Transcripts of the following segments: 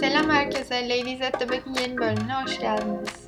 Selam herkese. Ladies at the Back'in yeni bölümüne hoş geldiniz.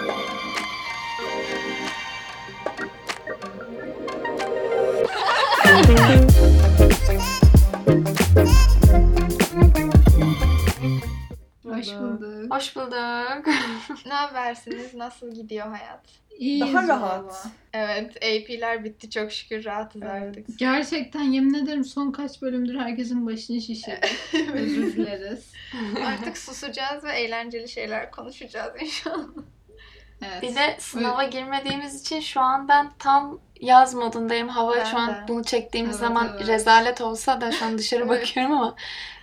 Hoş bulduk. Hoş bulduk. Ne habersiniz? Nasıl gidiyor hayat? İyiyiz Daha rahat. valla. Evet, AP'ler bitti. Çok şükür rahatız Evet. artık. Gerçekten yemin ederim son kaç bölümdür herkesin başını şişirdi. Özür dileriz. Artık susacağız ve eğlenceli şeyler konuşacağız inşallah. Evet. Bir de sınava girmediğimiz için şu an ben tam yaz modundayım. Hava Ben şu an de. bunu çektiğimiz Evet, zaman evet. rezalet olsa da şu an dışarı Evet. bakıyorum ama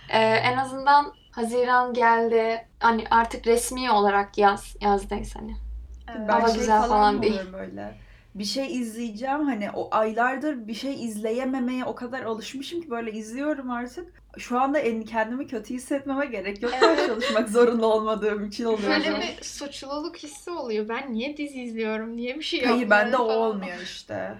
en azından Haziran geldi. Hani artık resmi olarak yazdayız hani. Evet. Hava Ben güzel falan değil. oluyorum böyle. Bir şey izleyeceğim, hani o aylardır bir şey izleyememeye o kadar alışmışım ki böyle izliyorum artık. Şu anda kendimi kötü hissetmeme gerek yok. Evet. Çalışmak zorunda olmadığım için oluyor. Böyle bir suçluluk hissi oluyor. Ben niye dizi izliyorum? Niye bir şey yapmıyorum Hayır, bende o falan. olmuyor işte.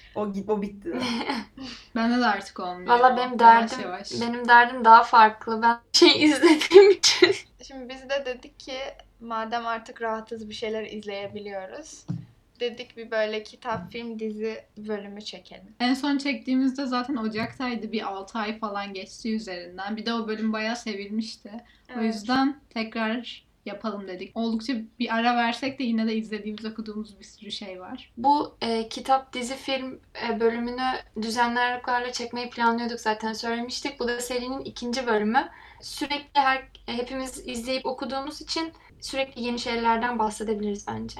O bitti. Bende de artık olmuyor. Valla benim Yavaş derdim yavaş. benim derdim daha farklı. Ben şey izlediğim için. Şimdi biz de dedik ki madem artık rahatız bir şeyler izleyebiliyoruz. Dedik bir böyle kitap, film, dizi bölümü çekelim. En son çektiğimizde zaten Ocak'taydı. Bir 6 ay falan geçti üzerinden. Bir de o bölüm bayağı sevilmişti. O Evet. yüzden tekrar yapalım dedik. Oldukça bir ara versek de yine de izlediğimiz, okuduğumuz bir sürü şey var. Bu kitap, dizi, film bölümünü düzenli aralıklarla çekmeyi planlıyorduk, zaten söylemiştik. Bu da serinin 2. bölümü. Sürekli hepimiz izleyip okuduğumuz için sürekli yeni şeylerden bahsedebiliriz bence.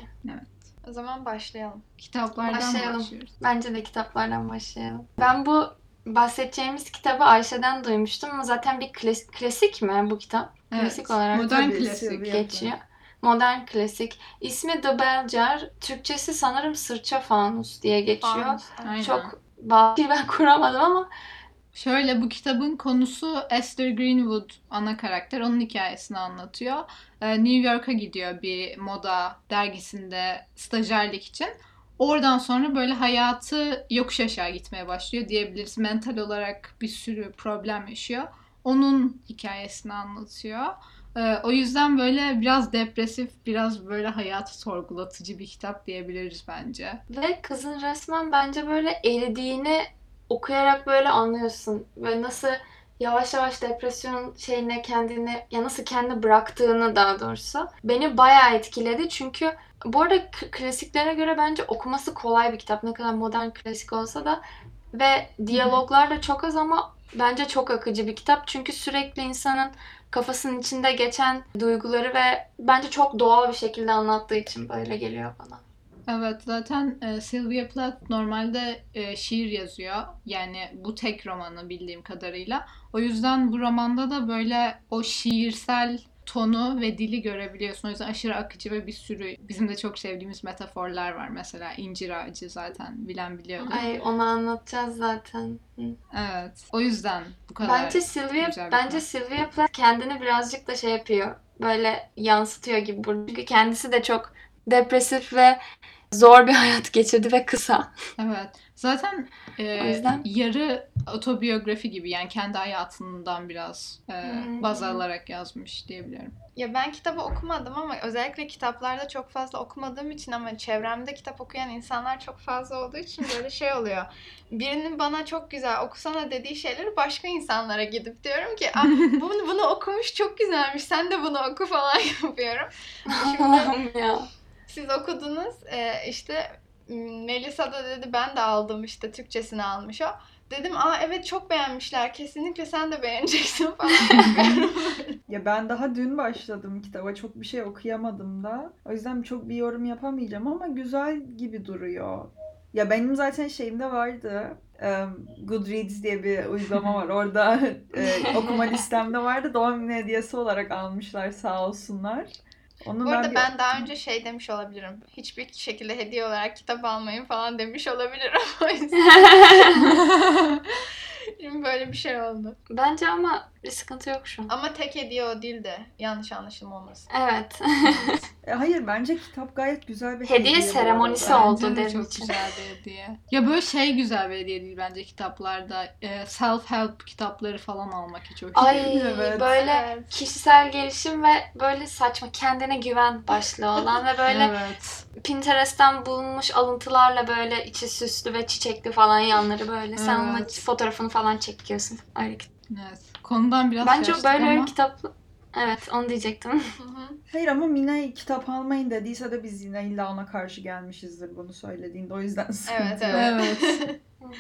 O zaman başlayalım. Kitaplardan Başlayalım. başlıyoruz. Bence de kitaplardan başlayalım. Ben bu bahsedeceğimiz kitabı Ayşe'den duymuştum ama zaten bir klasik mi bu kitap? Klasik olarak Modern Tabii, klasik. Sylvia geçiyor. Modern klasik. İsmi The Bell Jar. Türkçesi sanırım Sırça Fanus diye geçiyor. Fanus. Aynen. Çok bağlı ben kuramadım ama Şöyle, bu kitabın konusu Esther Greenwood ana karakter. Onun hikayesini anlatıyor. New York'a gidiyor bir moda dergisinde stajyerlik için. Oradan sonra böyle hayatı yokuş aşağı gitmeye başlıyor diyebiliriz. Mental olarak bir sürü problem yaşıyor. Onun hikayesini anlatıyor. O yüzden böyle biraz depresif, biraz böyle hayatı sorgulatıcı bir kitap diyebiliriz bence. ve kızın resmen bence böyle eridiğini okuyarak böyle anlıyorsun. Ve nasıl yavaş yavaş depresyon şeyine kendini, ya nasıl kendini bıraktığını daha doğrusu. Beni bayağı etkiledi çünkü bu arada klasiklere göre bence okuması kolay bir kitap. Ne kadar modern klasik olsa da ve diyaloglar da çok az ama bence çok akıcı bir kitap. Çünkü sürekli insanın kafasının içinde geçen duyguları ve bence çok doğal bir şekilde anlattığı için böyle geliyor bana. Evet, zaten Sylvia Plath normalde şiir yazıyor. Yani bu tek romanı bildiğim kadarıyla. O yüzden bu romanda da böyle o şiirsel tonu ve dili görebiliyorsun. O yüzden aşırı akıcı ve bir sürü bizim de çok sevdiğimiz metaforlar var. Mesela incir ağacı, zaten bilen biliyordur. Ay, onu anlatacağız zaten. Hı. Evet. O yüzden bu kadar Bence güzel bir Sylvia Plath kendini birazcık da şey yapıyor. Böyle yansıtıyor gibi burada. Çünkü kendisi de çok depresif ve zor bir hayat geçirdi ve kısa. Evet. Zaten O yüzden yarı otobiyografi gibi, yani kendi hayatından biraz baz alarak yazmış diyebilirim. Ya ben kitabı okumadım ama özellikle kitaplarda çok fazla okumadığım için ama çevremde kitap okuyan insanlar çok fazla olduğu için böyle şey oluyor. Birinin bana çok güzel okusana dediği şeyleri başka insanlara gidip diyorum ki bunu okumuş, çok güzelmiş, sen de bunu oku falan yapıyorum. Şimdi ya. siz okudunuz işte Melisa da dedi ben de aldım, işte Türkçesini almış o. Dedim evet çok beğenmişler, kesinlikle sen de beğeneceksin falan yapıyorum. Ya ben daha dün başladım kitaba. Çok bir şey okuyamadım da. O yüzden çok bir yorum yapamayacağım ama güzel gibi duruyor. Ya benim zaten şeyimde vardı. Goodreads diye bir uygulama var. Orada okuma listemde vardı. Doğum günü hediyesi olarak almışlar, sağ olsunlar. Onu Bu arada bir- ben daha önce şey demiş olabilirim. Hiçbir şekilde hediye olarak kitap almayın falan demiş olabilirim. O yüzden şimdi böyle bir şey oldu. Bence ama Bir sıkıntı yok şu an. Ama tek hediye o değil de yanlış anlaşılma olmasın. Evet. Hayır, bence kitap gayet güzel bir Hediye bu seremonisi arada. oldu Bence de benim çok için. güzel bir hediye. Ya böyle şey güzel bir hediye değil bence kitaplarda. Self-help kitapları falan almak hiç hoş Ay değil. Evet. böyle Evet. kişisel gelişim ve böyle saçma kendine güven başlığı olan ve böyle Evet. Pinterest'ten bulunmuş alıntılarla böyle içi süslü ve çiçekli falan yanları böyle. Sen onun Evet. fotoğrafını falan çekiyorsun. Öyle. Evet. Konudan biraz Bence şaştık böyle ama kitap... Evet, onu diyecektim. Hı hı. Hayır ama Mine kitap almayın dediyse de biz yine illa ona karşı gelmişizdir bunu söylediğinde. O yüzden sıkıntı Evet, yok. evet.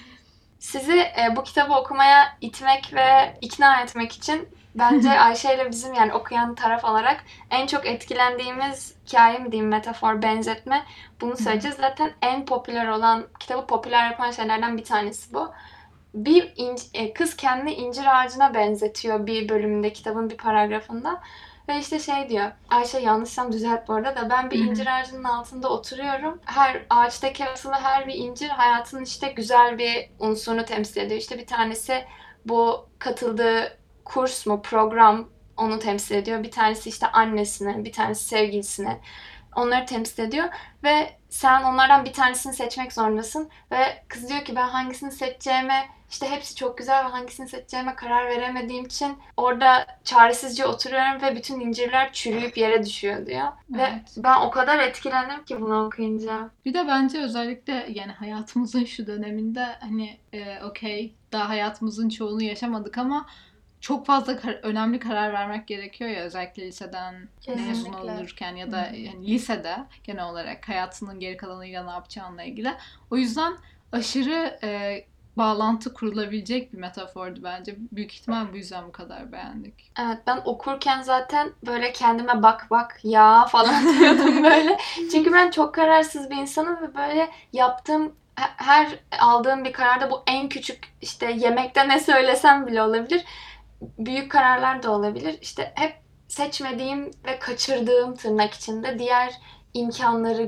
Sizi bu kitabı okumaya itmek ve ikna etmek için bence Ayşe ile bizim yani okuyan taraf olarak en çok etkilendiğimiz hikaye mi diyeyim, metafor, benzetme bunu söyleyeceğiz. Zaten en popüler olan, kitabı popüler yapan şeylerden bir tanesi bu. Bir kız kendini incir ağacına benzetiyor bir bölümünde, kitabın bir paragrafında. Ve işte şey diyor, Ayşe yanlışsam düzelt bu arada da, ben bir incir ağacının altında oturuyorum. Her ağaçtaki asılı her bir incir hayatın işte güzel bir unsurunu temsil ediyor. İşte bir tanesi bu katıldığı kurs mu, program onu temsil ediyor. Bir tanesi işte annesini, bir tanesi sevgilisini. Onları temsil ediyor ve sen onlardan bir tanesini seçmek zorundasın. Ve kız diyor ki ben hangisini seçeceğime, işte hepsi çok güzel ve hangisini seçeceğime karar veremediğim için orada çaresizce oturuyorum ve bütün incirler çürüyüp yere düşüyor diyor. Ve Evet. ben o kadar etkilendim ki bunu okuyunca. Bir de bence özellikle yani hayatımızın şu döneminde hani okey daha hayatımızın çoğunu yaşamadık ama çok fazla önemli karar vermek gerekiyor ya, özellikle liseden mezun Kesinlikle. olurken ya da yani lisede genel olarak hayatının geri kalanıyla ne yapacağınla ilgili. O yüzden aşırı bağlantı kurulabilecek bir metafordu bence. Büyük ihtimal bu yüzden bu kadar beğendik. Evet, ben okurken zaten böyle kendime bak bak ya falan diyordum böyle. Çünkü ben çok kararsız bir insanım ve böyle yaptığım her aldığım bir kararda, bu en küçük işte yemekte ne söylesem bile olabilir. Büyük kararlar da olabilir. İşte hep seçmediğim ve kaçırdığım, tırnak içinde, diğer imkanları,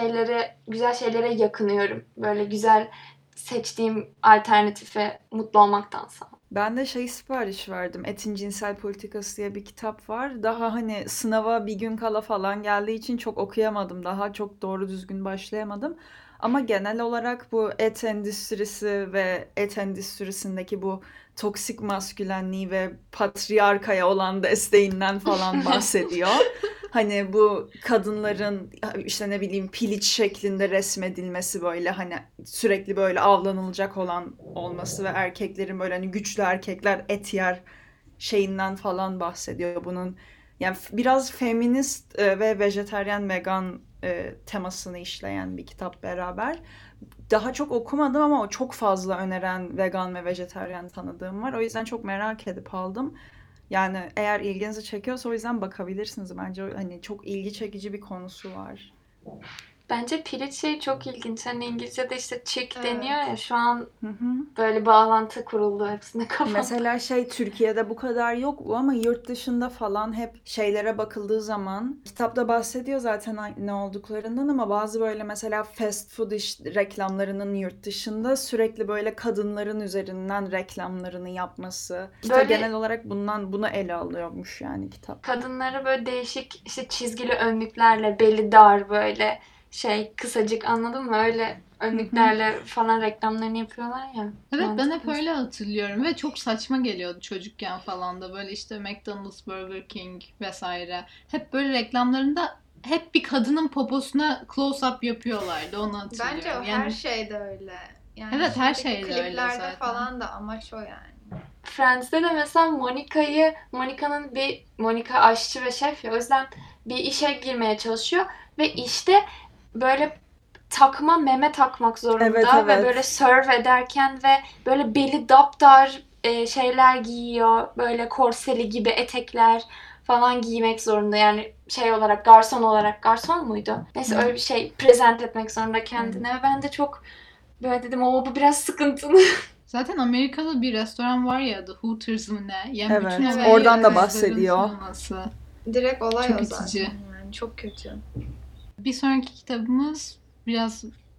güzel şeylere yakınıyorum. Böyle güzel seçtiğim alternatife mutlu olmaktansa. Ben de sipariş verdim. Etin Cinsel Politikası diye bir kitap var. Daha hani sınava bir gün kala falan geldiği için çok okuyamadım. Daha çok doğru düzgün başlayamadım. Ama genel olarak bu et endüstrisi ve et endüstrisindeki bu toksik maskülenliği ve patriarkaya olan desteğinden falan bahsediyor. Hani bu kadınların işte ne bileyim piliç şeklinde resmedilmesi, böyle hani sürekli böyle avlanılacak olan olması ve erkeklerin böyle hani güçlü erkekler et yer şeyinden falan bahsediyor. Bunun yani biraz feminist ve vejetaryen vegan temasını işleyen bir kitap beraber. Daha çok okumadım ama o çok fazla öneren vegan ve vejetaryen tanıdığım var. O yüzden çok merak edip aldım. Yani eğer ilginizi çekiyorsa o yüzden bakabilirsiniz. Bence hani çok ilgi çekici bir konusu var. Bence piliç şey çok ilginç. Hani İngilizce'de işte chick Evet. deniyor ya, şu an Hı hı. böyle bağlantı kuruldu hepsinde kafamda. Mesela Türkiye'de bu kadar yok bu ama yurt dışında falan hep şeylere bakıldığı zaman kitapta bahsediyor zaten ne olduklarından, ama bazı böyle mesela fast food reklamlarının yurt dışında sürekli böyle kadınların üzerinden reklamlarını yapması. İşte Böyle- genel olarak bunu ele alıyormuş yani kitap. Kadınları böyle değişik işte çizgili önlüklerle, beli dar böyle şey kısacık, anladın mı? Öyle önlüklerle falan reklamlarını yapıyorlar ya. Evet, ben hep Mantıklı. öyle hatırlıyorum ve çok saçma geliyordu çocukken falan da, böyle işte McDonald's, Burger King vesaire. Hep böyle reklamlarında hep bir kadının poposuna close-up yapıyorlardı, onu hatırlıyorum. Bence o her şeyde öyle. Yani Evet, her şimdiki şeyde öyle kliplerde zaten. falan da amaç o yani. Friends'te de mesela Monica aşçı ve şef ya, o yüzden bir işe girmeye çalışıyor ve işte böyle takma meme takmak zorunda Evet, ve evet. böyle serve ederken ve böyle beli daptar şeyler giyiyor, böyle korseli gibi etekler falan giymek zorunda, yani şey olarak, garson muydu? Neyse, öyle bir şey present etmek zorunda kendine ve ben de çok böyle dedim, o bu biraz sıkıntılı. Zaten Amerika'da bir restoran var ya, The Hooters mı ne? Yani Evet, bütün Evet, olayı oradan da evet. bahsediyor. kızların olması. Direkt olay Çok o itici. zaten yani. Çok kötü. Bir sonraki kitabımız biraz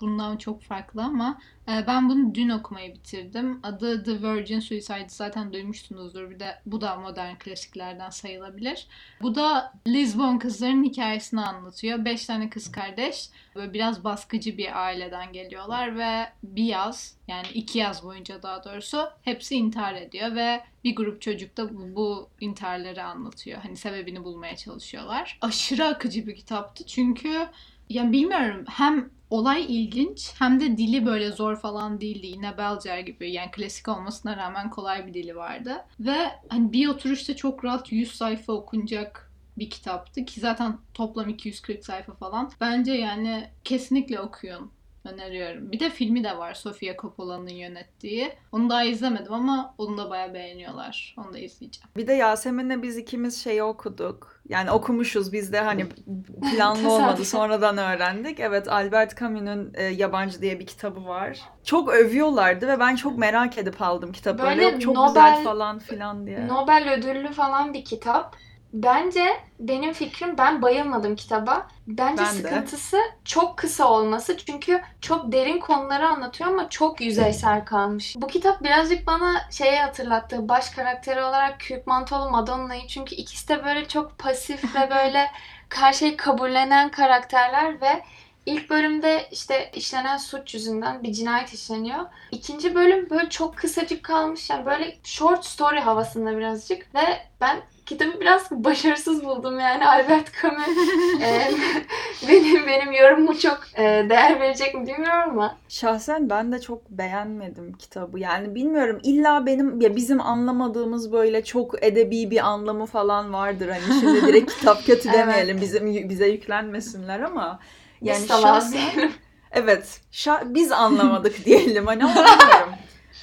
bundan çok farklı ama ben bunu dün okumayı bitirdim. Adı The Virgin Suicide, zaten duymuşsunuzdur. Bir de bu da modern klasiklerden sayılabilir. Bu da Lisbon kızların hikayesini anlatıyor. 5 tane kız kardeş böyle biraz baskıcı bir aileden geliyorlar ve bir yaz, yani 2 yaz boyunca daha doğrusu hepsi intihar ediyor ve bir grup çocuk da bu intiharları anlatıyor. Hani sebebini bulmaya çalışıyorlar. Aşırı akıcı bir kitaptı çünkü yani bilmiyorum, hem olay ilginç hem de dili böyle zor falan değildi. Yine Belcer gibi, yani klasik olmasına rağmen kolay bir dili vardı. Ve hani bir oturuşta çok rahat 100 sayfa okunacak bir kitaptı ki zaten toplam 240 sayfa falan. Bence yani kesinlikle okuyun. Öneriyorum. Bir de filmi de var, Sofia Coppola'nın yönettiği. Onu daha izlemedim ama onu da bayağı beğeniyorlar. Onu da izleyeceğim. Bir de Yasemin'le biz ikimiz şeyi okuduk. Yani okumuşuz biz de, hani planlı Tesadüf. olmadı, sonradan öğrendik. Evet, Albert Camus'un Yabancı diye bir kitabı var. Çok övüyorlardı ve ben çok merak edip aldım kitabı. Böyle Yok, çok Nobel- güzel falan filan diye. Nobel ödüllü falan bir kitap. Bence benim fikrim, ben bayılmadım kitaba. Bence Ben de. sıkıntısı çok kısa olması. Çünkü çok derin konuları anlatıyor ama çok yüzeysel kalmış. Bu kitap birazcık bana şeyi hatırlattı. Baş karakteri olarak Kürk Mantolu Madonna'yı. Çünkü ikisi de böyle çok pasif ve böyle her şeyi kabullenen karakterler ve ilk bölümde işte işlenen suç yüzünden bir cinayet işleniyor. İkinci bölüm böyle çok kısacık kalmış. Yani böyle short story havasında birazcık. Ve ben kitabı biraz başarısız buldum yani. Albert Camus benim yorumumu çok değer verecek mi bilmiyorum ama. Şahsen ben de çok beğenmedim kitabı. Yani bilmiyorum, illa bizim anlamadığımız böyle çok edebi bir anlamı falan vardır. Hani şimdi direkt kitap kötü Evet. demeyelim, bize yüklenmesinler ama yani Biz salağa şahsen diyelim. evet, biz anlamadık diyelim hani, ama bilmiyorum.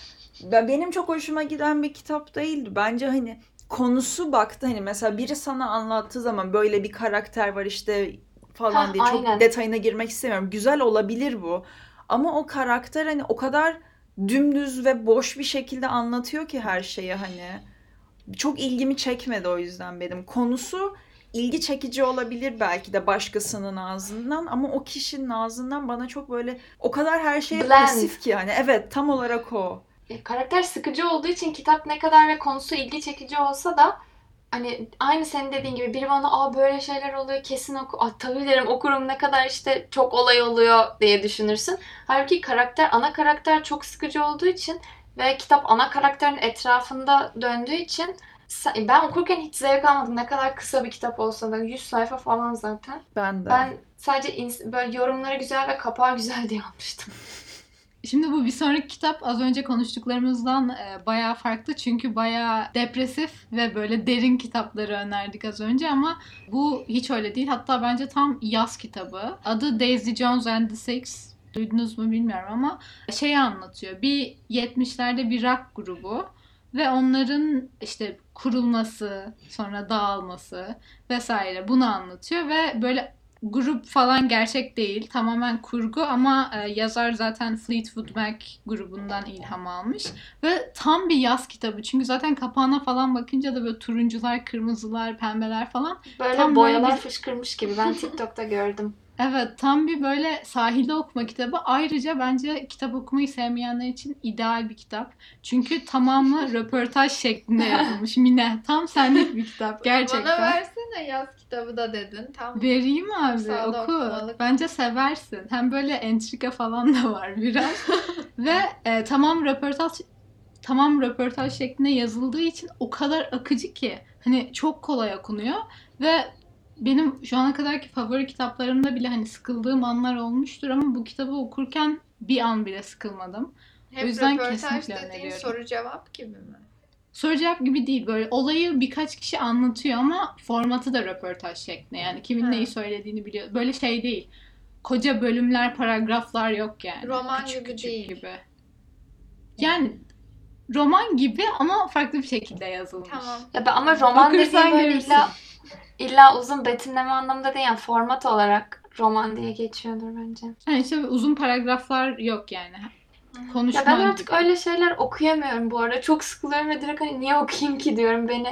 Benim çok hoşuma giden bir kitap değildi. Bence hani konusu, baktı hani mesela biri sana anlattığı zaman böyle bir karakter var işte falan diye, çok Aynen. detayına girmek istemiyorum. Güzel olabilir bu. Ama o karakter hani o kadar dümdüz ve boş bir şekilde anlatıyor ki her şeyi hani. Çok ilgimi çekmedi o yüzden benim. Konusu ilgi çekici olabilir belki de başkasının ağzından, ama o kişinin ağzından bana çok böyle o kadar her şey Bland. pasif ki yani. Evet, tam olarak o. Karakter sıkıcı olduğu için kitap ne kadar ve konusu ilgi çekici olsa da hani aynı senin dediğin gibi biri bana böyle şeyler oluyor kesin oku. Tabii derim, okurum, ne kadar işte çok olay oluyor diye düşünürsün. Halbuki ana karakter çok sıkıcı olduğu için ve kitap ana karakterin etrafında döndüğü için ben okurken hiç zevk almadım. Ne kadar kısa bir kitap olsa da 100 sayfa falan zaten. Ben de. Ben sadece böyle yorumları güzel ve kapağı güzel diye almıştım. Şimdi bu bir sonraki kitap az önce konuştuklarımızdan bayağı farklı. Çünkü bayağı depresif ve böyle derin kitapları önerdik az önce ama bu hiç öyle değil. Hatta bence tam yaz kitabı. Adı Daisy Jones and the Six. Duydunuz mu bilmiyorum ama şeyi anlatıyor. Bir 70'lerde bir rock grubu ve onların işte kurulması, sonra dağılması vesaire bunu anlatıyor ve böyle grup falan gerçek değil. Tamamen kurgu ama yazar zaten Fleetwood Mac grubundan ilham almış. Ve tam bir yaz kitabı. Çünkü zaten kapağına falan bakınca da böyle turuncular, kırmızılar, pembeler falan. Böyle Tam boyalar böyle bir... fışkırmış gibi. Ben TikTok'ta gördüm. Evet, tam bir böyle sahilde okuma kitabı. Ayrıca bence kitap okumayı sevmeyenler için ideal bir kitap. Çünkü tamamı röportaj şeklinde yapılmış. Mine, tam senlik bir kitap gerçekten. Bana versene, yaz kitabı da dedin. Tam Vereyim abi, Kursalda oku. okumalık. Bence seversin. Hem böyle entrika falan da var biraz. Ve tamam röportaj şeklinde yazıldığı için o kadar akıcı ki hani çok kolay okunuyor ve benim şu ana kadarki favori kitaplarımda bile hani sıkıldığım anlar olmuştur ama bu kitabı okurken bir an bile sıkılmadım. hep O yüzden röportaj kesinlikle dediğin öneriyorum. soru cevap gibi mi? Soru cevap gibi değil, böyle olayı birkaç kişi anlatıyor ama formatı da röportaj şeklinde, yani kimin Ha. neyi söylediğini biliyor. Böyle şey değil. Koca bölümler, paragraflar yok yani. Roman Küçük gibi küçük değil. gibi. Yani roman gibi ama farklı bir şekilde yazılmış. Tamam. Ama roman Okursan dediğim böyle görürsün. illa uzun betimleme anlamında değil, yani format olarak roman diye geçiyordur bence. Yani işte uzun paragraflar yok yani. Konuşma Ya ben artık gibi. öyle şeyler okuyamıyorum bu arada. Çok sıkılıyorum ve direkt hani niye okuyayım ki diyorum, beni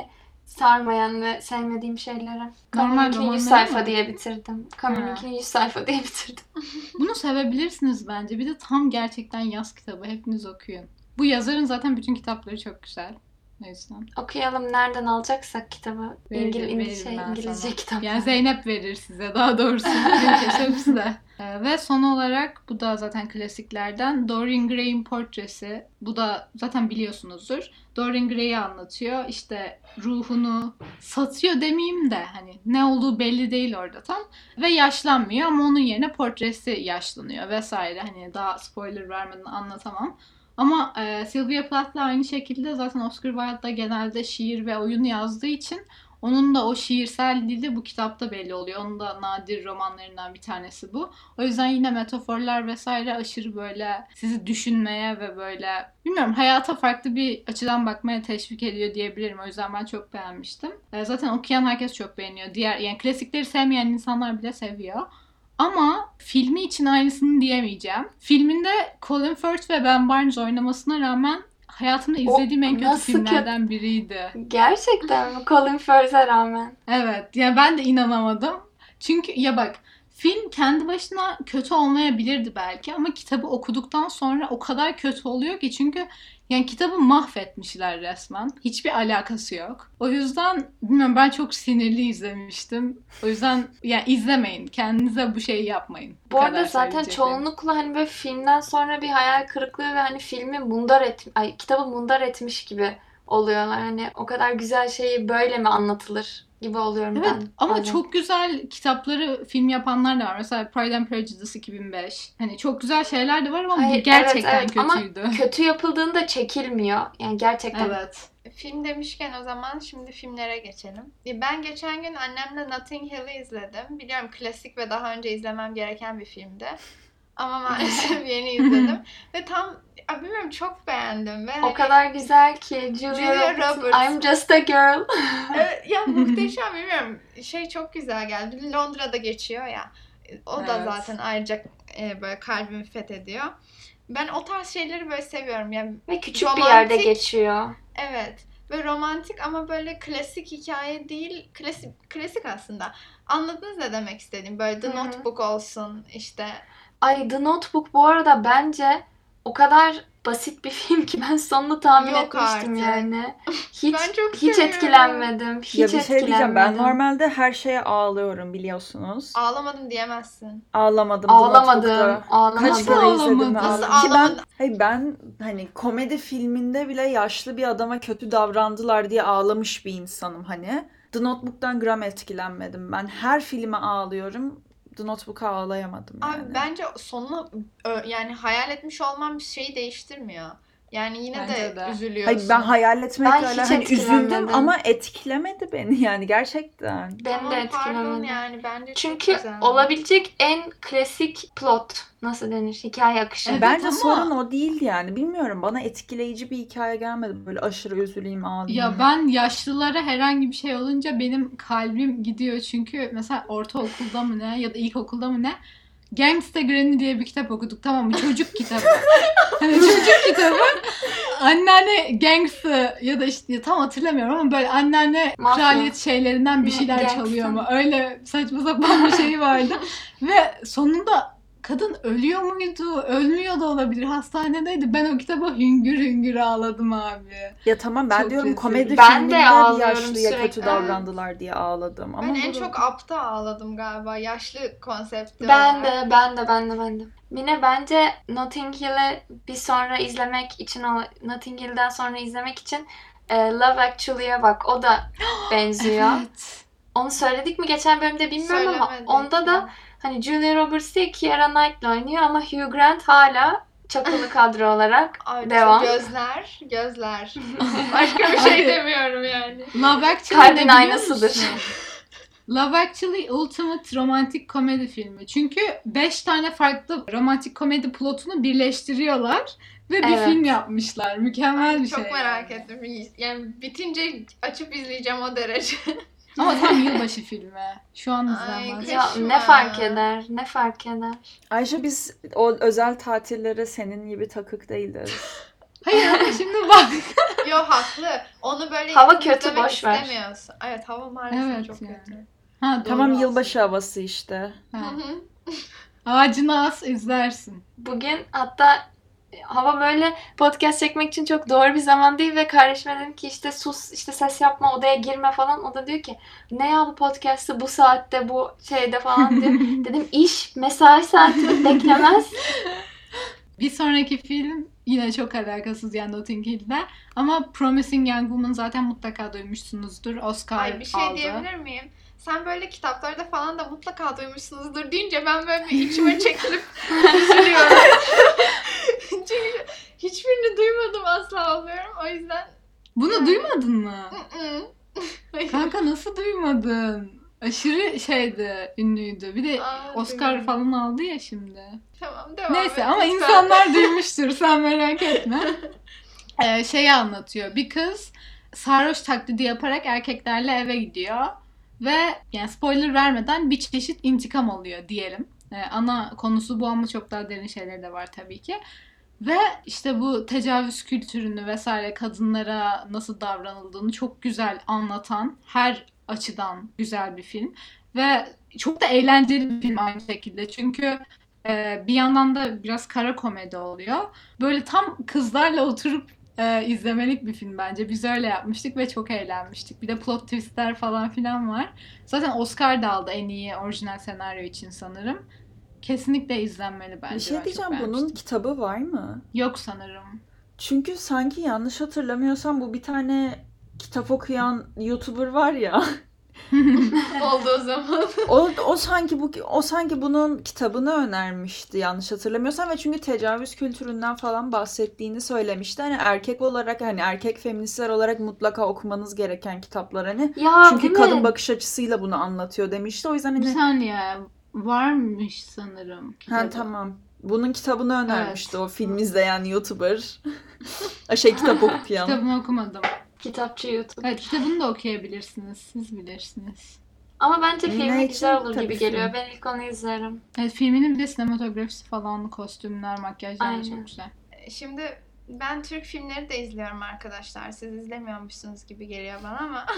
sarmayan ve sevmediğim şeylere. Normal Camus'unkini 100 romanları sayfa mı? diye bitirdim. Camus'unkini 100 sayfa diye bitirdim. Bunu sevebilirsiniz bence. Bir de tam gerçekten yaz kitabı. Hepiniz okuyun. Bu yazarın zaten bütün kitapları çok güzel. O yüzden. Okuyalım, nereden alacaksak kitabı. Veririm ben İngilizce sana. kitap. Yani Zeynep verir size daha doğrusu. Çünkü hepsi de. Ve son olarak bu da zaten klasiklerden Dorian Gray'in portresi. Bu da zaten biliyorsunuzdur. Dorian Gray'i anlatıyor. İşte ruhunu satıyor demeyeyim de hani ne olduğu belli değil orada tam. Ve yaşlanmıyor ama onun yerine portresi yaşlanıyor vesaire. Hani daha spoiler vermeden anlatamam. Ama Sylvia Plath'la aynı şekilde zaten Oscar Wilde da genelde şiir ve oyun yazdığı için onun da o şiirsel dili bu kitapta belli oluyor. Onun da nadir romanlarından bir tanesi bu. O yüzden yine metaforlar vesaire aşırı böyle sizi düşünmeye ve böyle bilmiyorum hayata farklı bir açıdan bakmaya teşvik ediyor diyebilirim. O yüzden ben çok beğenmiştim. Zaten okuyan herkes çok beğeniyor. Yani klasikleri sevmeyen insanlar bile seviyor. Ama filmi için aynısını diyemeyeceğim. Filminde Colin Firth ve Ben Barnes oynamasına rağmen hayatımda izlediğim en kötü nasıl filmlerden biriydi. Gerçekten mi? Colin Firth'e rağmen. Evet, yani ben de inanamadım. Çünkü ya bak, film kendi başına kötü olmayabilirdi belki ama kitabı okuduktan sonra o kadar kötü oluyor ki çünkü yani kitabı mahvetmişler resmen. Hiçbir alakası yok. O yüzden bilmiyorum ben çok sinirli izlemiştim. O yüzden yani izlemeyin. Kendinize bu şeyi yapmayın. Bu arada kadar zaten söyleyeceklerim. çoğunlukla hani böyle filmden sonra bir hayal kırıklığı ve hani kitabı mundar etmiş gibi oluyorlar. Hani o kadar güzel şeyi böyle mi anlatılır gibi oluyorum Evet ben ama bazen. çok güzel kitapları film yapanlar da var. Mesela Pride and Prejudice 2005. Hani çok güzel şeyler de var ama bu Hayır, gerçekten evet, ama kötüydü. kötü yapıldığında çekilmiyor. Yani gerçekten. Evet. Film demişken o zaman şimdi filmlere geçelim. Ben geçen gün annemle Notting Hill'i izledim. Biliyorum klasik ve daha önce izlemem gereken bir filmdi. Ama maalesef yeni izledim. Ve bilmiyorum çok beğendim. Ve O kadar güzel ki Julia Roberts. I'm just a girl. Evet, ya muhteşem bilmiyorum. Çok güzel geldi. Londra'da geçiyor ya. O da Evet. zaten ayrıca böyle kalbimi fethediyor. Ben o tarz şeyleri böyle seviyorum. Yani Ve küçük bir yerde romantik. geçiyor. Evet. Ve romantik ama böyle klasik hikaye değil. Klasik aslında. Anladınız ne demek istediğim? Böyle The Hı hı. Notebook olsun işte. Ay, The Notebook bu arada bence o kadar basit bir film ki ben sonunu tahmin Yok etmiştim artık. yani. Ben çok Hiç seviyorum. etkilenmedim. Hiç Ya bir şey diyeceğim, ben etkilenmedim. normalde her şeye ağlıyorum biliyorsunuz. Ağlamadım diyemezsin. Ağlamadım The Ağlamadım. Notebook'ta. Kaç Ağlamadım. kere izledim ve Nasıl ağladım. Ki ağlamadın? ben hani komedi filminde bile yaşlı bir adama kötü davrandılar diye ağlamış bir insanım hani. The Notebook'tan gram etkilenmedim. Ben her filme ağlıyorum. The Notebook'a ağlayamadım yani. Abi bence sonunu yani hayal etmiş olman bir şeyi değiştirmiyor. Yani yine Bence de de. üzülüyorsun. Hayır, ben hayal etmekle Ben hiç alakalı hani üzüldüm etkilenmedim. ama etkilemedi beni yani gerçekten. Beni Tamam, de pardon etkilemedi. yani bence çok Çünkü güzel. olabilecek en klasik plot, nasıl denir, hikaye akışı. Evet, Bence ama- sorun o değildi yani. Bilmiyorum, bana etkileyici bir hikaye gelmedi. Böyle aşırı üzüleyim, ağlayayım. Ya ben yaşlılara herhangi bir şey olunca benim kalbim gidiyor çünkü mesela ortaokulda mı ne ya da ilkokulda mı ne Gangsta Granny diye bir kitap okuduk, tamam mı? Çocuk kitabı. Hani çocuk kitabı. Anneanne gangsta ya da işte tam hatırlamıyorum ama böyle anneanne Mafya. kraliyet şeylerinden bir şeyler Gangsta. çalıyor ama öyle saçma sapan bir şey vardı. Ve sonunda kadın ölüyor muydu? Ölmüyor da olabilir. Hastanedeydi. Ben o kitaba hüngür hüngür ağladım abi. Ya tamam, ben Çok diyorum rezil. komedi Ben de filminde bir ağlıyorum yaşlıya kötü sürekli. davrandılar diye ağladım. Ama Ben en bu- çok Up'ta ağladım galiba. Yaşlı konsepti Ben olarak. de. Mine, bence Notting Hill'i bir sonra izlemek için, Notting Hill'den sonra izlemek için Love Actually'e bak. O da benziyor. Evet. Onu söyledik mi geçen bölümde bilmiyorum ama Söylemedik onda da ya. hani Julia Roberts değil, Keira Knightley oynuyor ama Hugh Grant hala çakılı kadro olarak Ay, devam. Gözler. Başka bir şey Abi. demiyorum yani. Love Actually ne Kalbin biliyor aynasıdır. musun? Love Actually Ultimate romantik komedi filmi. Çünkü 5 tane farklı romantik komedi plotunu birleştiriyorlar ve bir Evet. film yapmışlar. Mükemmel Ay, bir çok şey. merak yani. ettim. Yani bitince açıp izleyeceğim o derece. Ama tam yılbaşı filmi. Şu an Ay, izlenmez. Ya Kaçma. ne fark eder? Ne fark eder? Ayşe, biz o özel tatillere senin gibi takık değiliz. Hayır ama şimdi bak. Yo haklı. Onu böyle Hava yakın kötü, izlemek boş ver. istemiyorsun. Evet hava maalesef Evet çok yani. kötü. Ha, doğru Tamam, aslında. yılbaşı havası işte. Ha. Hı hı. Ağacını as izlersin. Bugün hatta hava böyle podcast çekmek için çok doğru bir zaman değil ve kardeşime dedim ki işte sus, işte ses yapma, odaya girme falan. O da diyor ki ne ya bu podcast'ı bu saatte, bu şeyde falan diyor. Dedim iş, mesai saati beklemez. Bir sonraki film yine çok alakasız yani Notting Hill'de. Ama Promising Young Woman zaten mutlaka duymuşsunuzdur. Oscar Ay bir şey aldı. diyebilir miyim? Sen böyle kitaplarda falan da mutlaka duymuşsunuzdur deyince ben böyle bir içime çekilip üzülüyorum. Çünkü hiçbirini duymadım asla oluyorum. O yüzden Bunu Yani. duymadın mı? Hayır. Kanka nasıl duymadın? Aşırı şeydi, ünlüydü. Bir de Aa, Oscar duymadım. falan aldı ya şimdi. Tamam devam Neyse et ama lütfen. insanlar duymuştur, sen merak etme. Şeyi anlatıyor. Bir kız sarhoş taklidi yaparak erkeklerle eve gidiyor. Ve yani spoiler vermeden bir çeşit intikam alıyor diyelim. Ana konusu bu ama çok daha derin şeyleri de var tabii ki. Ve işte bu tecavüz kültürünü vesaire, kadınlara nasıl davranıldığını çok güzel anlatan, her açıdan güzel bir film. Ve çok da eğlenceli bir film aynı şekilde. Çünkü bir yandan da biraz kara komedi oluyor. Böyle tam kızlarla oturup izlemelik bir film bence. Biz öyle yapmıştık ve çok eğlenmiştik. Bir de plot twistler falan filan var. Zaten Oscar da aldı en iyi orijinal senaryo için sanırım. Kesinlikle izlenmeli bence. Bir şey Ben diyeceğim, çok bunun beğenmiştim. kitabı var mı? Yok sanırım. Çünkü sanki yanlış hatırlamıyorsam bu bir tane kitap okuyan YouTuber var ya. Olduğu zaman. O sanki bunun kitabını önermişti yanlış hatırlamıyorsam ve çünkü tecavüz kültüründen falan bahsettiğini söylemişti. Hani erkek olarak, hani erkek feministler olarak mutlaka okumanız gereken kitaplar hani. Ya Çünkü değil kadın mi? bakış açısıyla bunu anlatıyor demişti. O yüzden Bir hani saniye. Varmış sanırım kitabı. tamam. Bunun kitabını önermişti Evet. o film izleyen YouTuber. Kitap okuyan. Kitabını okumadım. Kitapçı YouTube. Evet, kitabını da okuyabilirsiniz. Siz bilirsiniz. Ama bence Yine filmi için güzel olur tabii gibi geliyor. film. Ben ilk onu izlerim. Evet, filminin bir de sinematografisi falan, kostümler, makyajlar da Aynen. çok güzel. Şimdi ben Türk filmleri de izliyorum arkadaşlar. Siz izlemiyormuşsunuz gibi geliyor bana ama.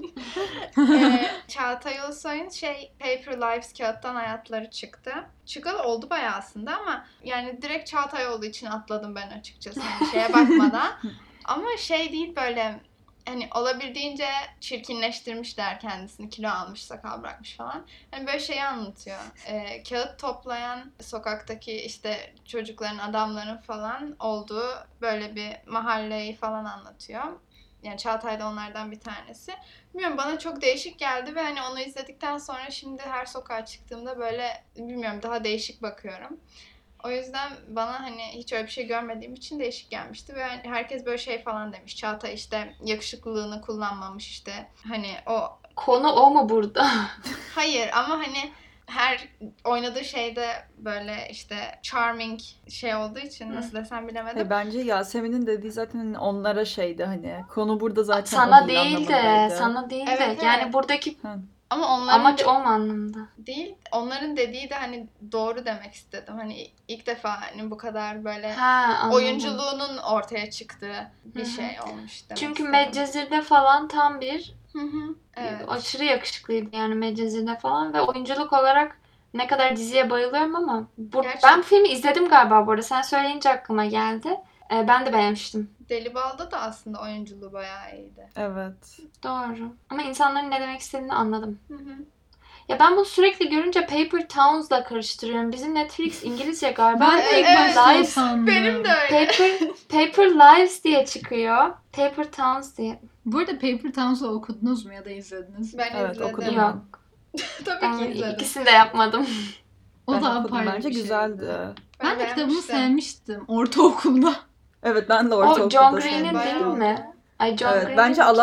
Çağatay Ulusoy'un Paper Lives, Kağıttan Hayatları çıktı. Çıkalı oldu bayağı aslında ama yani direkt Çağatay olduğu için atladım ben açıkçası. Hani şeye bakmadan. Ama değil böyle hani olabildiğince çirkinleştirmişler kendisini. Kilo almış, sakal bırakmış falan. Hani böyle şeyi anlatıyor. Kağıt toplayan, sokaktaki işte çocukların, adamların falan olduğu böyle bir mahalleyi falan anlatıyor. Yani Çağatay da onlardan bir tanesi. Bilmiyorum, bana çok değişik geldi ve hani onu izledikten sonra şimdi her sokağa çıktığımda böyle bilmiyorum daha değişik bakıyorum. O yüzden bana hani hiç öyle bir şey görmediğim için değişik gelmişti ve hani herkes böyle şey falan demiş. Çağatay işte yakışıklılığını kullanmamış işte hani o Konu o mu burada? hayır ama hani her oynadığı şeyde böyle işte charming olduğu için nasıl desem bilemedim. Bence Yasemin'in dediği zaten hani onlara şeydi, hani konu burada zaten Sana o değil değil de, anlamındaydı. sana değil de. Evet, Yani evet. buradaki Ama onların amaç o mu anlamda? değil, onların dediği de hani doğru demek istedim. Hani ilk defa hani bu kadar böyle Ha, anladım. oyunculuğunun ortaya çıktığı bir Hı hı. şey olmuş demek Çünkü istedim. Medcezir'de falan tam bir Hı hı. Evet. aşırı yakışıklıydı yani Medcezir'de falan ve oyunculuk olarak ne kadar diziye bayılıyorum ama Gerçekten. ben filmi izledim galiba bu arada. Sen söyleyince aklıma geldi. Ben de beğenmiştim. Deli Bal'da da aslında oyunculuğu bayağı iyiydi. Evet. Doğru. Ama insanların ne demek istediğini anladım. Hı hı. Ya ben bunu sürekli görünce Paper Towns'la karıştırıyorum. Bizim Netflix İngilizce galiba. Ben de ilk Evet, başta Lives, sandım. Benim de öyle. Paper Lives diye çıkıyor. Paper Towns diye. Bu arada Paper Towns'u okudunuz mu ya da izlediniz mi? Ben Evet, izledim. okudum Yok. Tabii Ben ki izledim. ikisini de yapmadım. O Ben da okudum. apayrı Bence bir güzeldi. şeydi. Ben de kitabını beğenmiştim. sevmiştim ortaokulda. Evet, ben de O ortaokulda John Green'in bayağı değil oldu. mi? Ay John Evet, Green'in bence kim?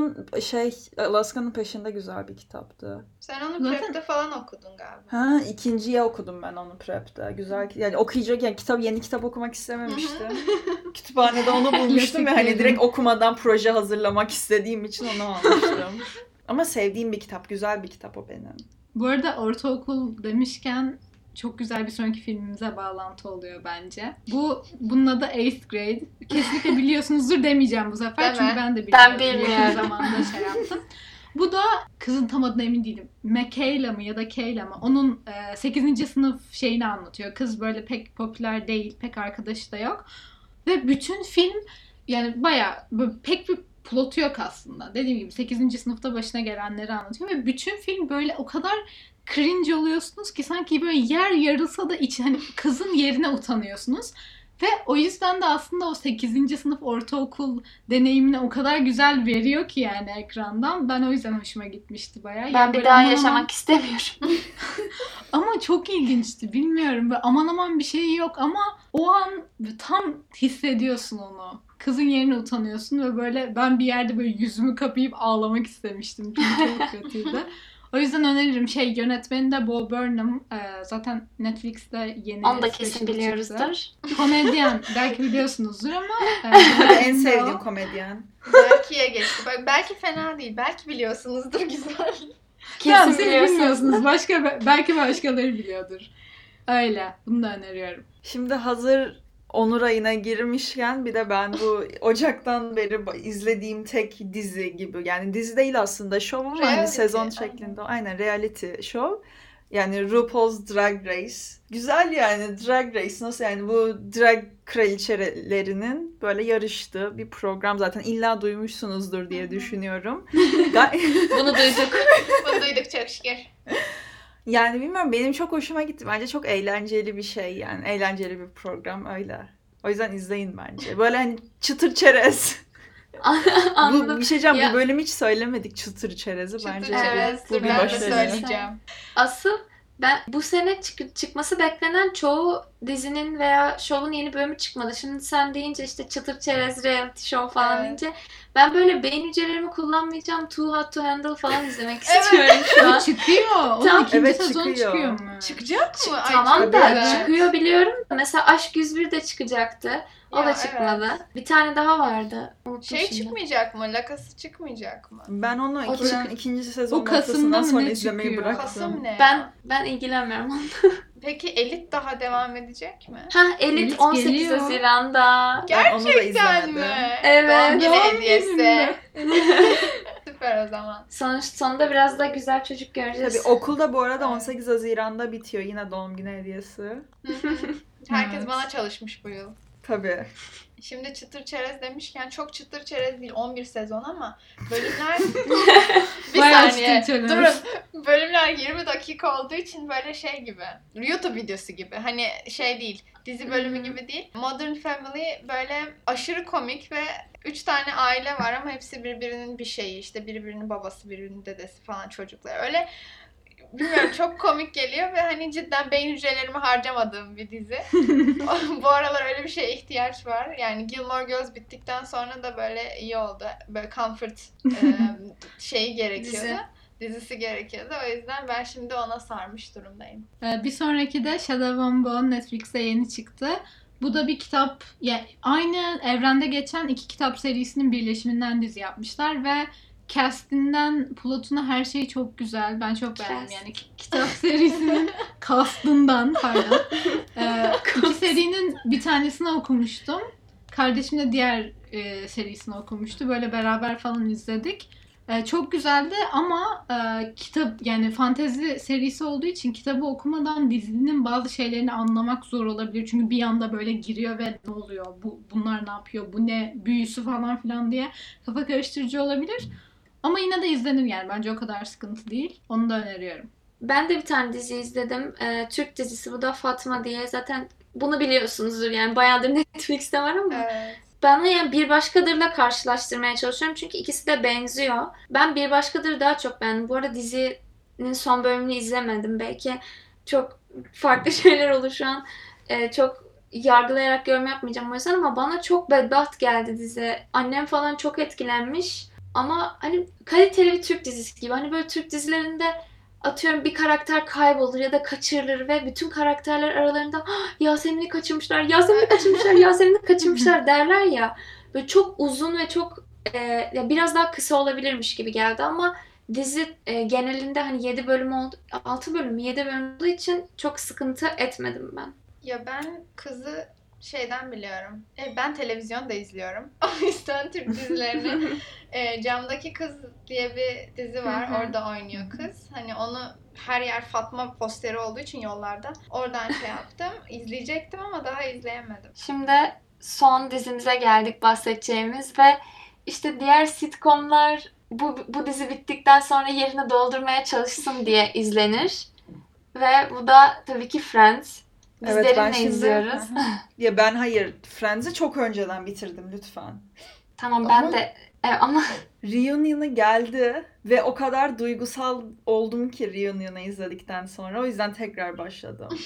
Alaska'nın peşinde güzel bir kitaptı. Sen onu Zaten- prep'te falan okudun galiba. İkinciye okudum ben onu prep'te. Güzel, yani okuyacak, yani yeni kitap okumak istememiştim. Kütüphanede onu bulmuştum ve hani Klasik direkt okumadan proje hazırlamak istediğim için onu almıştım. Ama sevdiğim bir kitap, güzel bir kitap o benim. Bu arada ortaokul demişken çok güzel bir sonraki filmimize bağlantı oluyor bence. Bunun adı Eighth Grade. Kesinlikle biliyorsunuzdur demeyeceğim bu sefer. Deme. Çünkü ben de Ben bilmiyorum. bilmiyorum. Yakın zamanda şey yaptım. Bu da kızın tam adına emin değilim. Michaela mı ya da Kayla mı? Onun 8. sınıf şeyini anlatıyor. Kız böyle pek popüler değil, pek arkadaşı da yok. Ve bütün film yani bayağı pek bir plotu yok aslında. Dediğim gibi 8. sınıfta başına gelenleri anlatıyor ve bütün film böyle o kadar cringe oluyorsunuz ki sanki böyle yer yarılsa da hani kızın yerine utanıyorsunuz. Ve o yüzden de aslında o 8. sınıf ortaokul deneyimini o kadar güzel veriyor ki yani ekrandan. Ben o yüzden hoşuma gitmişti bayağı. Ben Yani bir böyle daha aman yaşamak aman- istemiyorum. ama çok ilginçti. Bilmiyorum. Böyle aman aman bir şey yok ama o an tam hissediyorsun onu. Kızın yerine utanıyorsun ve böyle ben bir yerde böyle yüzümü kapayıp ağlamak istemiştim. Çünkü çok kötüydü. O yüzden öneririm. Yönetmeni de Bo Burnham. Zaten Netflix'te yeni Onu da special kesin çıktı. biliyoruzdur. Komedyen. Belki biliyorsunuzdur ama Hadi en o- sevdiğim komedyen. Belki'ye geçti. Belki fena değil. Belki biliyorsunuzdur, güzel. Tamam, Kesin siz biliyorsunuz. bilmiyorsunuz. Belki başkaları biliyordur. Öyle. Bunu da öneriyorum. Şimdi hazır Onur ayına girmişken bir de ben bu Ocak'tan beri izlediğim tek dizi gibi. Yani dizi değil aslında, show ama hani Reality, sezon aynen. şeklinde. Aynen, reality show. Yani RuPaul's Drag Race. Güzel yani, Drag Race nasıl yani, bu drag kraliçelerinin böyle yarıştığı bir program, zaten illa duymuşsunuzdur diye düşünüyorum. Bunu duyduk. Bunu duyduk çok şükür. Yani bilmiyorum, benim çok hoşuma gitti. Bence çok eğlenceli bir şey yani. Eğlenceli bir program öyle. O yüzden izleyin bence. Böyle hani çıtır çerez. Bu Anladım. bir şey diyeceğim, Ya- bu bölüm hiç söylemedik çıtır çerezi. Çıtır Bence çerez. bu Dur bir ben de başarı. söyleyeceğim. Asıl ben bu sene çıkması beklenen çoğu dizinin veya şovun yeni bölümü çıkmadı. Şimdi sen deyince işte çıtır çerez reality show falan Evet. deyince ben böyle beyin hücrelerimi kullanmayacağım. Too Hot to Handle falan izlemek Evet. istiyorum şu an. O çıkıyor. Onun Tamam. ikinci Evet, sezonu çıkıyor. çıkıyor mu? Çıkacak mı? Ay, Tamam çok da güzel. çıkıyor biliyorum. Mesela Aşk 101 de çıkacaktı. O Ya, da çıkmadı. evet. Bir tane daha vardı. Unuttum Şey şimdi. çıkmayacak mı? Lakası çıkmayacak mı? Ben onu O ikinci sezon O Kasım'da ortasından mı sonra ne izlemeyi çıkıyor? bıraktım. Kasım ne? Ben ilgilenmiyorum. Peki Elit daha devam edecek mi? Ha Elit Elit 18 geliyor. Haziran'da. Ben onu da Gerçekten izlemedim. mi? Evet. Doğum günü Doğum hediyesi. günümde. Süper o zaman. Sonunda biraz da güzel çocuk göreceğiz. Tabii okulda bu arada Evet. 18 Haziran'da bitiyor. Yine doğum günü hediyesi. Hı hı. Herkes Evet. bana çalışmış bu yıl. Tabii. Şimdi çıtır çerez demişken çok çıtır çerez değil, 11 sezon ama bölümler bir Bayağı saniye çıtır çerez. durun. Bölümler 20 dakika olduğu için böyle şey gibi. YouTube videosu gibi. Hani şey değil. Dizi bölümü gibi değil. Modern Family böyle aşırı komik ve 3 tane aile var ama hepsi birbirinin bir şeyi. İşte birbirinin babası, birbirinin dedesi falan çocuklar. Öyle bilmiyorum, çok komik geliyor ve hani cidden beyin hücrelerimi harcamadığım bir dizi. Bu aralar öyle bir şeye ihtiyaç var. Yani Gilmore Girls bittikten sonra da böyle iyi oldu. Böyle comfort şeyi gerekiyordu. Dizisi gerekiyordu. O yüzden ben şimdi ona sarmış durumdayım. Bir sonraki de Shadow and Bone Netflix'e yeni çıktı. Bu da bir kitap, yani aynı evrende geçen 2 kitap serisinin birleşiminden dizi yapmışlar ve castinden, plotuna her şey çok güzel. Ben çok beğendim Cast. yani kitap serisinin castından pardon. 2 serinin bir tanesini okumuştum. Kardeşim de diğer serisini okumuştu. Böyle beraber falan izledik. Çok güzeldi ama kitap, yani fantezi serisi olduğu için kitabı okumadan dizinin bazı şeylerini anlamak zor olabilir. Çünkü bir anda böyle giriyor ve ne oluyor, bunlar ne yapıyor, bu ne büyüsü falan filan diye kafa karıştırıcı olabilir. Ama yine de izlenir yani, bence o kadar sıkıntı değil. Onu da öneriyorum. Ben de bir tane dizi izledim. Türk dizisi, bu da Fatma diye. Zaten bunu biliyorsunuzdur yani, bayağıdır Netflix'te var ama. Evet. Ben de yani Bir Başkadır'la karşılaştırmaya çalışıyorum çünkü ikisi de benziyor. Ben Bir Başkadır'ı daha çok beğendim. Bu arada dizinin son bölümünü izlemedim. Belki çok farklı şeyler olur şu an. Çok yargılayarak yorum yapmayacağım o yüzden ama bana çok bedbaht geldi dizi. Annem falan çok etkilenmiş. Ama hani kaliteli bir Türk dizisi gibi. Hani böyle Türk dizilerinde atıyorum bir karakter kaybolur ya da kaçırılır ve bütün karakterler aralarında Yasemin'i kaçırmışlar, Yasemin'i kaçırmışlar, Yasemin'i kaçırmışlar derler ya. Böyle çok uzun ve çok ya biraz daha kısa olabilirmiş gibi geldi ama dizi genelinde hani 7 bölüm oldu, 6 bölüm mü 7 bölüm olduğu için çok sıkıntı etmedim ben. Ya ben kızı şeyden biliyorum. Ben televizyon da izliyorum. O yüzden Türk dizilerini Camdaki Kız diye bir dizi var. Hı hı. Orada oynuyor kız. Hani onu her yer Fatma posteri olduğu için yollarda. Oradan şey yaptım. İzleyecektim ama daha izleyemedim. Şimdi son dizimize geldik bahsedeceğimiz ve işte diğer sitcomlar bu dizi bittikten sonra yerini doldurmaya çalışsın diye izlenir. Ve bu da tabii ki Friends. Biz Evet, ben Derin'le şimdi... izliyoruz. Ya ben hayır, Friends'i çok önceden bitirdim lütfen. Tamam ben Ama- de ama Reunion'ı geldi ve o kadar duygusal oldum ki Reunion'ı izledikten sonra. O yüzden tekrar başladım.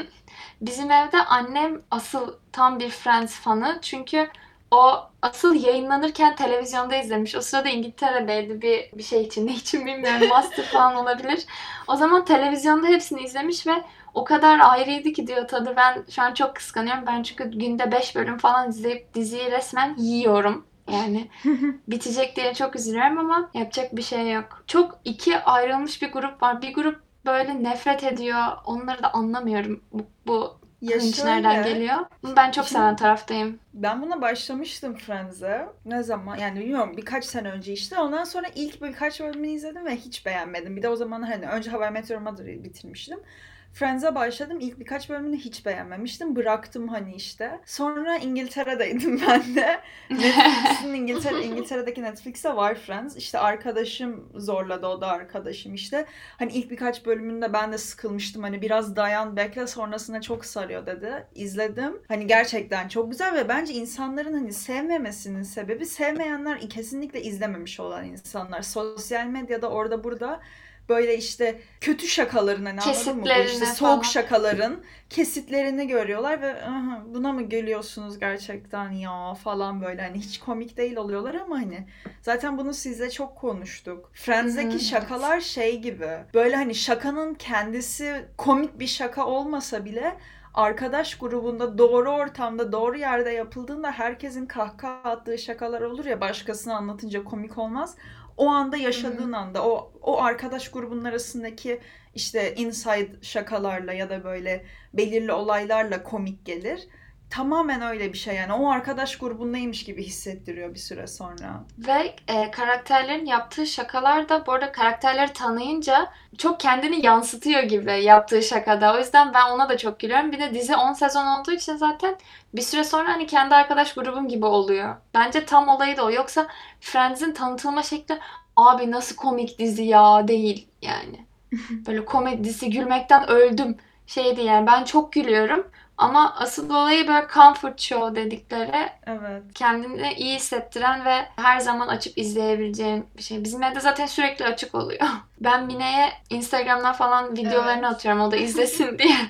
bizim evde annem asıl tam bir Friends fanı. Çünkü o asıl yayınlanırken televizyonda izlemiş. O sırada İngiltere'deydi bir şey için. Ne için bilmiyorum. Master falan olabilir. O zaman televizyonda hepsini izlemiş ve o kadar ayrıydı ki diyor tadı. Ben şu an çok kıskanıyorum. Ben çünkü günde 5 bölüm falan izleyip diziyi resmen yiyorum. Yani bitecek diye çok üzülüyorum ama yapacak bir şey yok. Çok iki ayrılmış bir grup var. Bir grup böyle nefret ediyor. Onları da anlamıyorum. Bu Ya hınç nereden şöyle, geliyor? Ben çok Şimdi- seven taraftayım. ben buna başlamıştım Friends'e. Ne zaman? Yani bilmiyorum, birkaç sene önce işte. Ondan sonra ilk birkaç bölümünü izledim ve hiç beğenmedim. Bir de o zaman hani önce How I Met Your Mother'ı bitirmiştim. Friends'e başladım. İlk birkaç bölümünü hiç beğenmemiştim. Bıraktım hani işte. Sonra İngiltere'deydim ben de. Netflix'in İngiltere'deki Netflix'te var Friends. İşte arkadaşım zorladı, o da arkadaşım işte. Hani ilk birkaç bölümünde ben de sıkılmıştım. Hani biraz dayan bekle, sonrasında çok sarıyor dedi. İzledim. Hani gerçekten çok güzel ve bence insanların hani sevmemesinin sebebi, sevmeyenler kesinlikle izlememiş olan insanlar. Sosyal medyada orada burada böyle işte kötü şakaların, hani anladın mı? Bu işte Kesitlerini soğuk falan. şakaların kesitlerini görüyorlar ve "Aha, buna mı gülüyorsunuz gerçekten ya" falan, böyle hani hiç komik değil oluyorlar ama hani zaten bunu sizle çok konuştuk. Friends'deki Hı hı. şakalar şey gibi, böyle hani şakanın kendisi komik bir şaka olmasa bile arkadaş grubunda doğru ortamda doğru yerde yapıldığında herkesin kahkaha attığı şakalar olur ya, başkasına anlatınca komik olmaz. O anda yaşadığın anda o arkadaş grubunun arasındaki işte inside şakalarla ya da böyle belirli olaylarla komik gelir. Tamamen öyle bir şey yani. O arkadaş grubundaymış gibi hissettiriyor bir süre sonra. Ve karakterlerin yaptığı şakalar da bu arada karakterleri tanıyınca çok kendini yansıtıyor gibi yaptığı şakada. O yüzden ben ona da çok gülüyorum. Bir de dizi 10 sezon olduğu için zaten bir süre sonra hani kendi arkadaş grubum gibi oluyor. Bence tam olayı da o. Yoksa Friends'in tanıtılma şekli abi nasıl komik dizi ya değil yani. Böyle komedi dizisi gülmekten öldüm şey değil yani. Ben çok gülüyorum. Ama asıl olayı böyle comfort show dedikleri Evet. kendini iyi hissettiren ve her zaman açıp izleyebileceğin bir şey. Bizim evde zaten sürekli açık oluyor. Ben Mine'ye Instagram'dan falan videolarını Evet. atıyorum o da izlesin diye.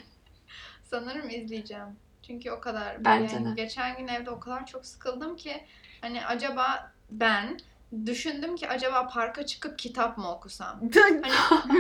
Sanırım izleyeceğim. Çünkü o kadar. Bence Yani de. geçen gün evde o kadar çok sıkıldım ki hani acaba ben düşündüm ki acaba parka çıkıp kitap mı okusam? Hani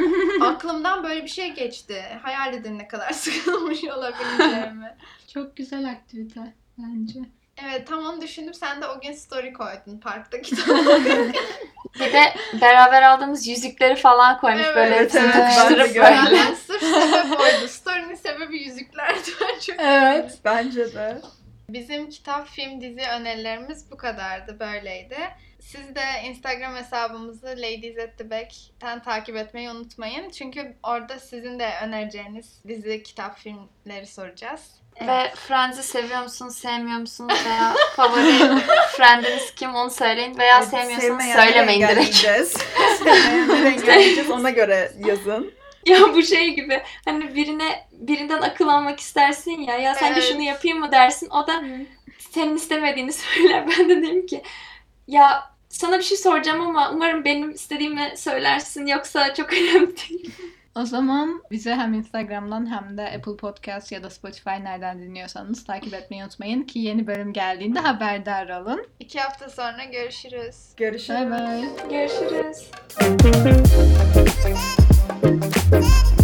aklımdan böyle bir şey geçti. Hayal edin ne kadar sıkılmış olabileceğimi. Çok güzel aktivite bence. Evet, tam onu düşündüm. Sen de o gün story koydun parkta kitap okurken. Bir de beraber aldığımız yüzükleri falan koymuş Evet, böyle evet, hepsini evet, ben de tutuşturup gördüm. böyle. Yani sırf sebep oydu. Story'nin sebebi yüzüklerdi. Ben çok Evet. Bence de. Bizim kitap, film, dizi önerilerimiz bu kadardı, böyleydi. Siz de Instagram hesabımızı Ladies at the Back'ten takip etmeyi unutmayın. Çünkü orada sizin de önereceğiniz dizi, kitap, filmleri soracağız. Ve Friends'i seviyor musunuz, sevmiyor musunuz veya favori friendiniz kim onu söyleyin veya sevmiyorsanız Sevmeyenleri söylemeyin direkt. engelleyeceğiz. Sevmeyenleri engelleyeceğiz, ona göre yazın. Ya bu şey gibi hani birinden akıl almak istersin ya sanki Evet. şunu yapayım mı dersin o da senin istemediğini söyler. Ben de dedim ki ya sana bir şey soracağım ama umarım benim istediğimi söylersin yoksa çok önemli değil. O zaman bize hem Instagram'dan hem de Apple Podcast ya da Spotify nereden dinliyorsanız takip etmeyi unutmayın ki yeni bölüm geldiğinde haberdar olun. 2 hafta sonra görüşürüz. Görüşürüz. Bye bye. Görüşürüz.